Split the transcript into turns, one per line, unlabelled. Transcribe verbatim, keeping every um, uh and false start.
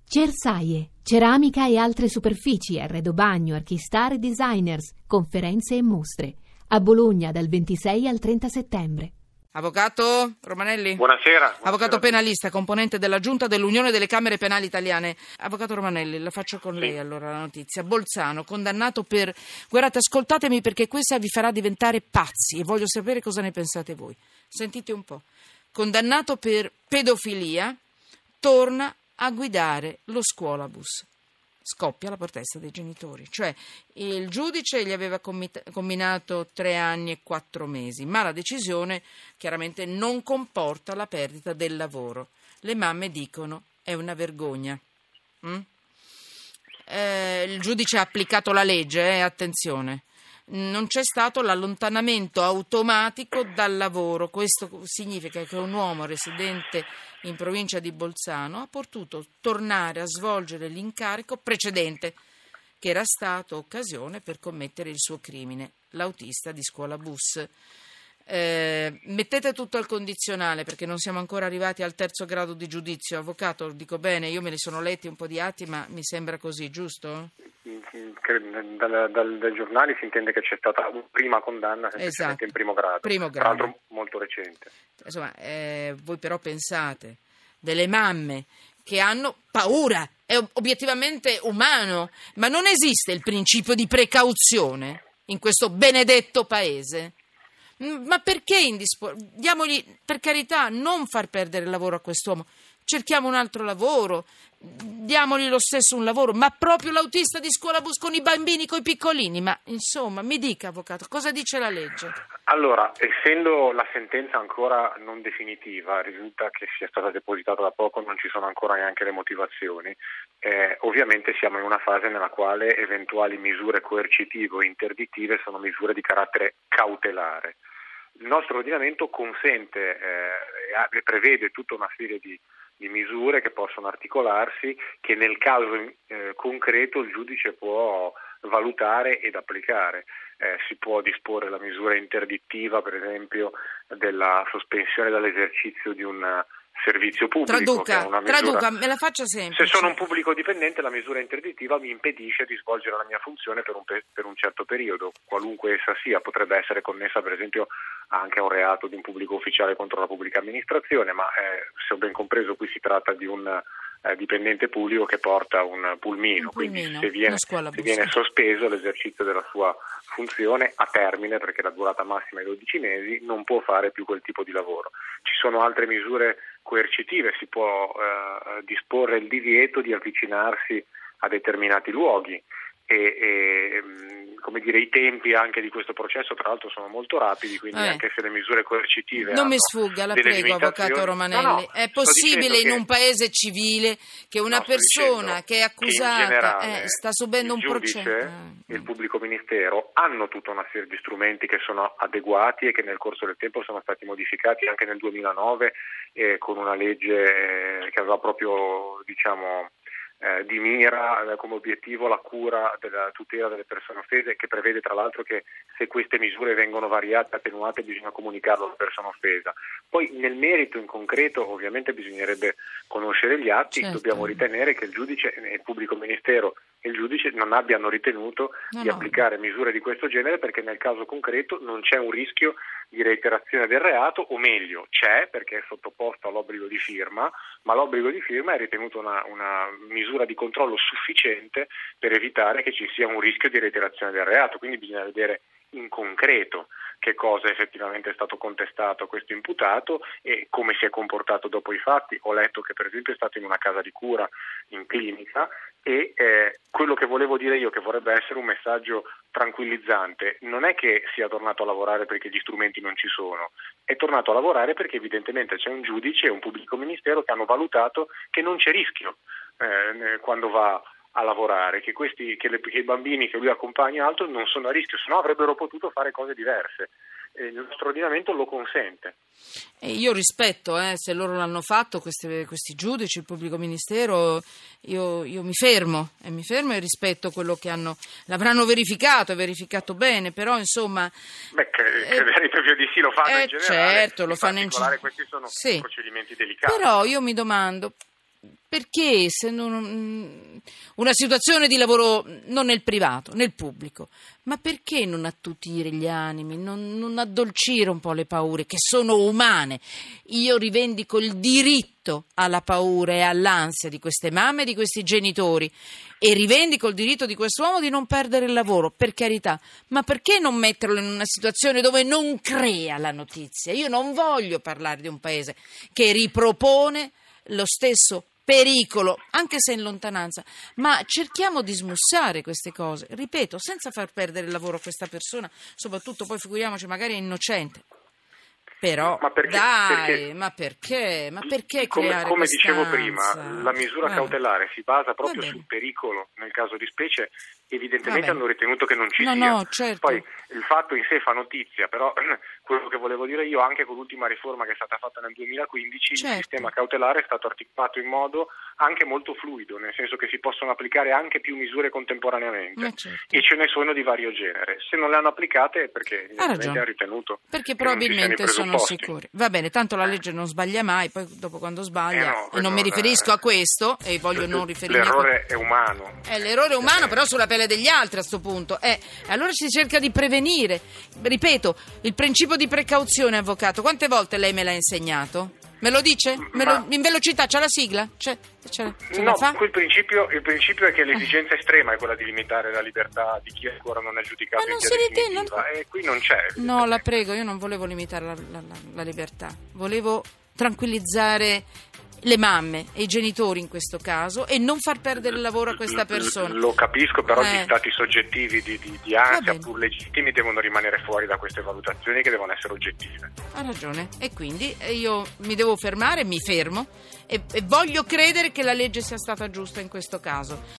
Cersaie, ceramica e altre superfici, arredo bagno, archistar e designers, conferenze e mostre. A Bologna dal ventisei al trenta settembre.
Avvocato Romanelli?
Buonasera. buonasera.
Avvocato penalista, componente della Giunta dell'Unione delle Camere Penali Italiane. Avvocato Romanelli, la faccio con
sì.
lei allora la notizia. Bolzano, condannato per... Guardate, ascoltatemi perché questa vi farà diventare pazzi e voglio sapere cosa ne pensate voi. Sentite un po'. Condannato per pedofilia, torna a guidare lo scuolabus. Scoppia la protesta dei genitori, cioè il giudice gli aveva commit- comminato tre anni e quattro mesi, ma la decisione chiaramente non comporta la perdita del lavoro. Le mamme dicono è una vergogna. Mm? Eh, il giudice ha applicato la legge, eh, attenzione. Non c'è stato l'allontanamento automatico dal lavoro. Questo significa che un uomo residente in provincia di Bolzano ha potuto tornare a svolgere l'incarico precedente, che era stato occasione per commettere il suo crimine, l'autista di scuolabus. Eh, mettete tutto al condizionale perché non siamo ancora arrivati al terzo grado di giudizio. Avvocato, dico bene, io me li sono letti un po' di atti, ma mi sembra così, giusto?
Dal, dal, dai giornali si intende che c'è stata una prima condanna
esatto.
in primo grado,
primo grado.
tra l'altro molto recente.
Insomma, eh, voi però pensate delle mamme che hanno paura, è obiettivamente umano, ma non esiste il principio di precauzione in questo benedetto paese? Ma perché indispor- diamogli, per carità, non far perdere il lavoro a quest'uomo, cerchiamo un altro lavoro, diamogli lo stesso un lavoro, ma proprio l'autista di scuolabus con i bambini, con i piccolini, ma insomma, mi dica, avvocato, cosa dice la legge?
Allora, essendo la sentenza ancora non definitiva, risulta che sia stata depositata da poco, non ci sono ancora neanche le motivazioni, eh, ovviamente siamo in una fase nella quale eventuali misure coercitive o interdittive sono misure di carattere cautelare. Il nostro ordinamento consente eh, e prevede tutta una serie di di misure che possono articolarsi, che nel caso eh, concreto il giudice può valutare ed applicare. Eh, si può disporre la misura interdittiva, per esempio, della sospensione dall'esercizio di un servizio pubblico.
Traduca,
che è una misura...
traduca, me la faccia semplice.
Se sono un pubblico dipendente, la misura interdittiva mi impedisce di svolgere la mia funzione per un, pe- per un certo periodo, qualunque essa sia. Potrebbe essere connessa, per esempio, anche a un reato di un pubblico ufficiale contro la pubblica amministrazione, ma eh, se ho ben compreso qui si tratta di un eh, dipendente pubblico che porta un pulmino,
un
quindi
pulmino,
se viene, se viene sospeso l'esercizio della sua funzione a termine, perché la durata massima è dodici mesi, non può fare più quel tipo di lavoro. Ci sono altre misure coercitive, si può eh, disporre il divieto di avvicinarsi a determinati luoghi e, e come dire, i tempi anche di questo processo tra l'altro sono molto rapidi, quindi eh. anche se le misure coercitive
non mi sfugga, la prego, avvocato Romanelli, no, no, è possibile in un paese civile che una no, persona che è accusata che generale, eh, sta subendo un processo
e il pubblico ministero hanno tutta una serie di strumenti che sono adeguati e che nel corso del tempo sono stati modificati anche nel duemilanove eh, con una legge eh, che aveva proprio, diciamo, Eh, di mira eh, come obiettivo la cura della tutela delle persone offese, che prevede tra l'altro che se queste misure vengono variate, attenuate, bisogna comunicarlo alla persona offesa. Poi nel merito in concreto ovviamente bisognerebbe conoscere gli atti, certo. Dobbiamo ritenere che il giudice, il pubblico ministero e il giudice non abbiano ritenuto no, di no. applicare misure di questo genere perché nel caso concreto non c'è un rischio di reiterazione del reato, o meglio c'è perché è sottoposto all'obbligo di firma, ma l'obbligo di firma è ritenuto una, una misura di controllo sufficiente per evitare che ci sia un rischio di reiterazione del reato, quindi bisogna vedere in concreto che cosa effettivamente è stato contestato a questo imputato e come si è comportato dopo i fatti. Ho letto che per esempio è stato in una casa di cura in clinica e eh, quello che volevo dire io, che vorrebbe essere un messaggio tranquillizzante, non è che sia tornato a lavorare perché gli strumenti non ci sono, è tornato a lavorare perché evidentemente c'è un giudice e un pubblico ministero che hanno valutato che non c'è rischio eh, quando va a lavorare, che questi che, le, che i bambini che lui accompagna altro non sono a rischio, se no avrebbero potuto fare cose diverse. E il nostro ordinamento lo consente.
E io rispetto, eh, se loro l'hanno fatto, questi, questi giudici, il pubblico ministero, io, io mi fermo e mi fermo e rispetto quello che hanno, l'avranno verificato e verificato bene, però insomma.
Beh, credo eh, più di sì, lo fanno
eh,
in generale.
Certo, lo
in
fanno in generale.
Questi sono
sì.
procedimenti delicati.
Però io mi domando. perché se non una situazione di lavoro non nel privato, nel pubblico, ma perché non attutire gli animi, non, non addolcire un po' le paure che sono umane? Io rivendico il diritto alla paura e all'ansia di queste mamme e di questi genitori e rivendico il diritto di quest'uomo di non perdere il lavoro, per carità, ma perché non metterlo in una situazione dove non crea la notizia? Io non voglio parlare di un paese che ripropone lo stesso pericolo, anche se in lontananza, ma cerchiamo di smussare queste cose, ripeto, senza far perdere il lavoro a questa persona, soprattutto poi figuriamoci magari è innocente. Però,
ma perché,
dai,
perché,
ma perché? Ma perché
come,
creare
come dicevo
quest'ansia?
prima, la misura
Ah.
cautelare si basa proprio sul pericolo, nel caso di specie evidentemente hanno ritenuto che non ci
no,
sia.
No, certo.
Poi il fatto in sé fa notizia, però quello che volevo dire io, anche con l'ultima riforma che è stata fatta nel duemilaquindici,
certo.
il sistema cautelare è stato articolato in modo anche molto fluido, nel senso che si possono applicare anche più misure contemporaneamente,
certo.
e ce ne sono di vario genere. Se non le hanno applicate è perché evidentemente hanno ritenuto
perché
che non ci siano i
probabilmente sono
presupposti.
sicuri. Va bene, tanto la legge non sbaglia mai, poi dopo quando sbaglia,
Eh no,
e non mi
no,
riferisco
eh,
a questo, e voglio non riferirmi
l'errore è umano.
È l'errore umano, però sulla pelle degli altri a sto punto. Eh, allora si cerca di prevenire. Ripeto, il principio di precauzione, avvocato, quante volte lei me l'ha insegnato? Me lo dice? Me lo, in velocità, c'ha la sigla? C'è, c'è, ce
no,
la fa?
quel principio, il principio è che l'esigenza estrema è quella di limitare la libertà di chi ancora non è giudicato
Ma non
in via
si ritiene,
definitiva,
non-
e qui non c'è.
No, la prego, io non volevo limitare la, la- la- la libertà, volevo tranquillizzare le mamme e i genitori in questo caso e non far perdere il lavoro a questa persona.
Lo capisco, però
Eh.
gli stati soggettivi di, di, di
Va
ansia,
bene.
pur legittimi, devono rimanere fuori da queste valutazioni che devono essere oggettive.
Ha ragione, e quindi eh, io mi devo fermare, mi fermo e, e voglio credere che la legge sia stata giusta in questo caso.